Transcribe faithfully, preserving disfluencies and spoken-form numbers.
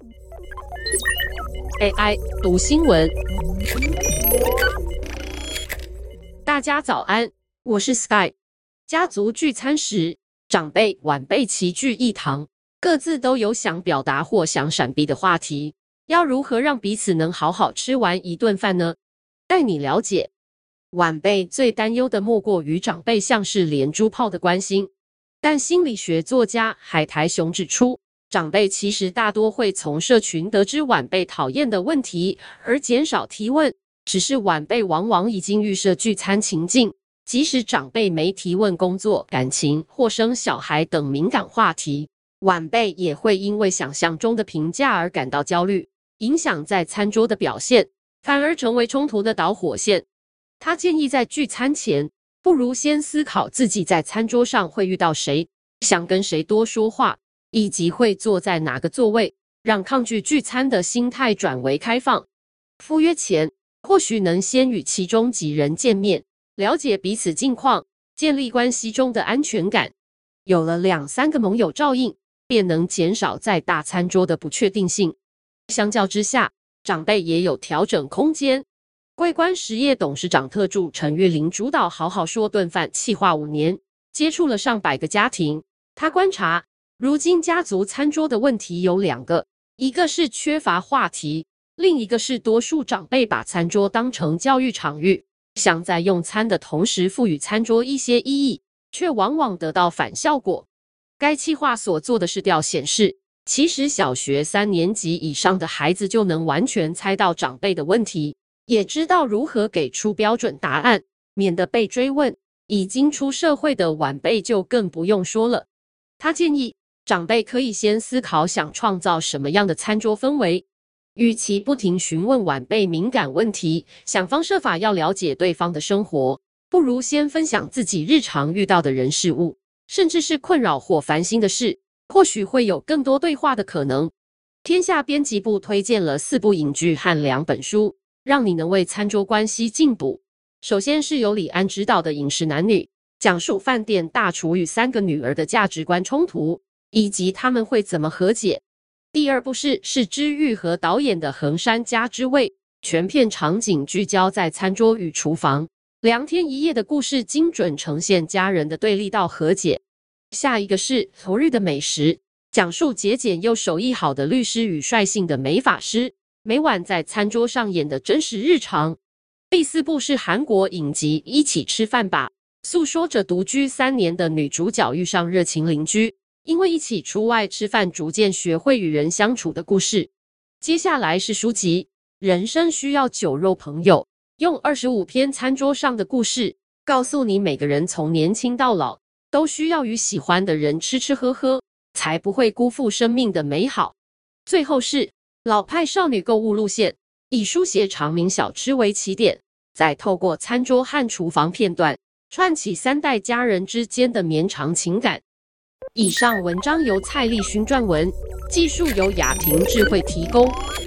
A I 读新闻。大家早安，我是 Sky。家族聚餐时，长辈晚辈齐聚一堂，各自都有想表达或想闪避的话题，要如何让彼此能好好吃完一顿饭呢？带你了解。晚辈最担忧的莫过于长辈像是连珠炮的关心，但心理学作家海苔熊指出，长辈其实大多会从社群得知晚辈讨厌的问题，而减少提问。只是晚辈往往已经预设聚餐情境，即使长辈没提问工作、感情或生小孩等敏感话题，晚辈也会因为想象中的评价而感到焦虑，影响在餐桌的表现，反而成为冲突的导火线。他建议在聚餐前，不如先思考自己在餐桌上会遇到谁，想跟谁多说话，以及会坐在哪个座位，让抗拒聚餐的心态转为开放。赴约前，或许能先与其中几人见面，了解彼此近况，建立关系中的安全感。有了两三个盟友照应，便能减少在大餐桌的不确定性。相较之下，长辈也有调整空间。桂冠实业董事长特助陈玉玲主导好好说顿饭企划五年，接触了上百个家庭。他观察，如今家族餐桌的问题有两个，一个是缺乏话题，另一个是多数长辈把餐桌当成教育场域，想在用餐的同时赋予餐桌一些意义，却往往得到反效果。该企划所做的试调显示，其实小学三年级以上的孩子就能完全猜到长辈的问题，也知道如何给出标准答案，免得被追问。已经出社会的晚辈就更不用说了。他建议长辈可以先思考想创造什么样的餐桌氛围，与其不停询问晚辈敏感问题，想方设法要了解对方的生活，不如先分享自己日常遇到的人事物，甚至是困扰或烦心的事，或许会有更多对话的可能。天下编辑部推荐了四部影剧和两本书，让你能为餐桌关系进补。首先是由李安执导的《饮食男女》，讲述饭店大厨与三个女儿的价值观冲突，以及他们会怎么和解。第二部是是知玉和导演的《横山家之味》，全片场景聚焦在餐桌与厨房，两天一夜的故事精准呈现家人的对立到和解。下一个是昨日的美食，讲述节俭又手艺好的律师与率性的美发师，每晚在餐桌上演的真实日常。第四部是韩国影集《一起吃饭吧》，诉说着独居三年的女主角遇上热情邻居，因为一起出外吃饭，逐渐学会与人相处的故事。接下来是书籍《人生需要酒肉朋友》，用二十五篇餐桌上的故事，告诉你每个人从年轻到老，都需要与喜欢的人吃吃喝喝，才不会辜负生命的美好。最后是老派少女购物路线，以书写长明小吃为起点，再透过餐桌和厨房片段，串起三代家人之间的绵长情感。以上文章由蔡丽勋撰文，技术由雅婷智慧提供。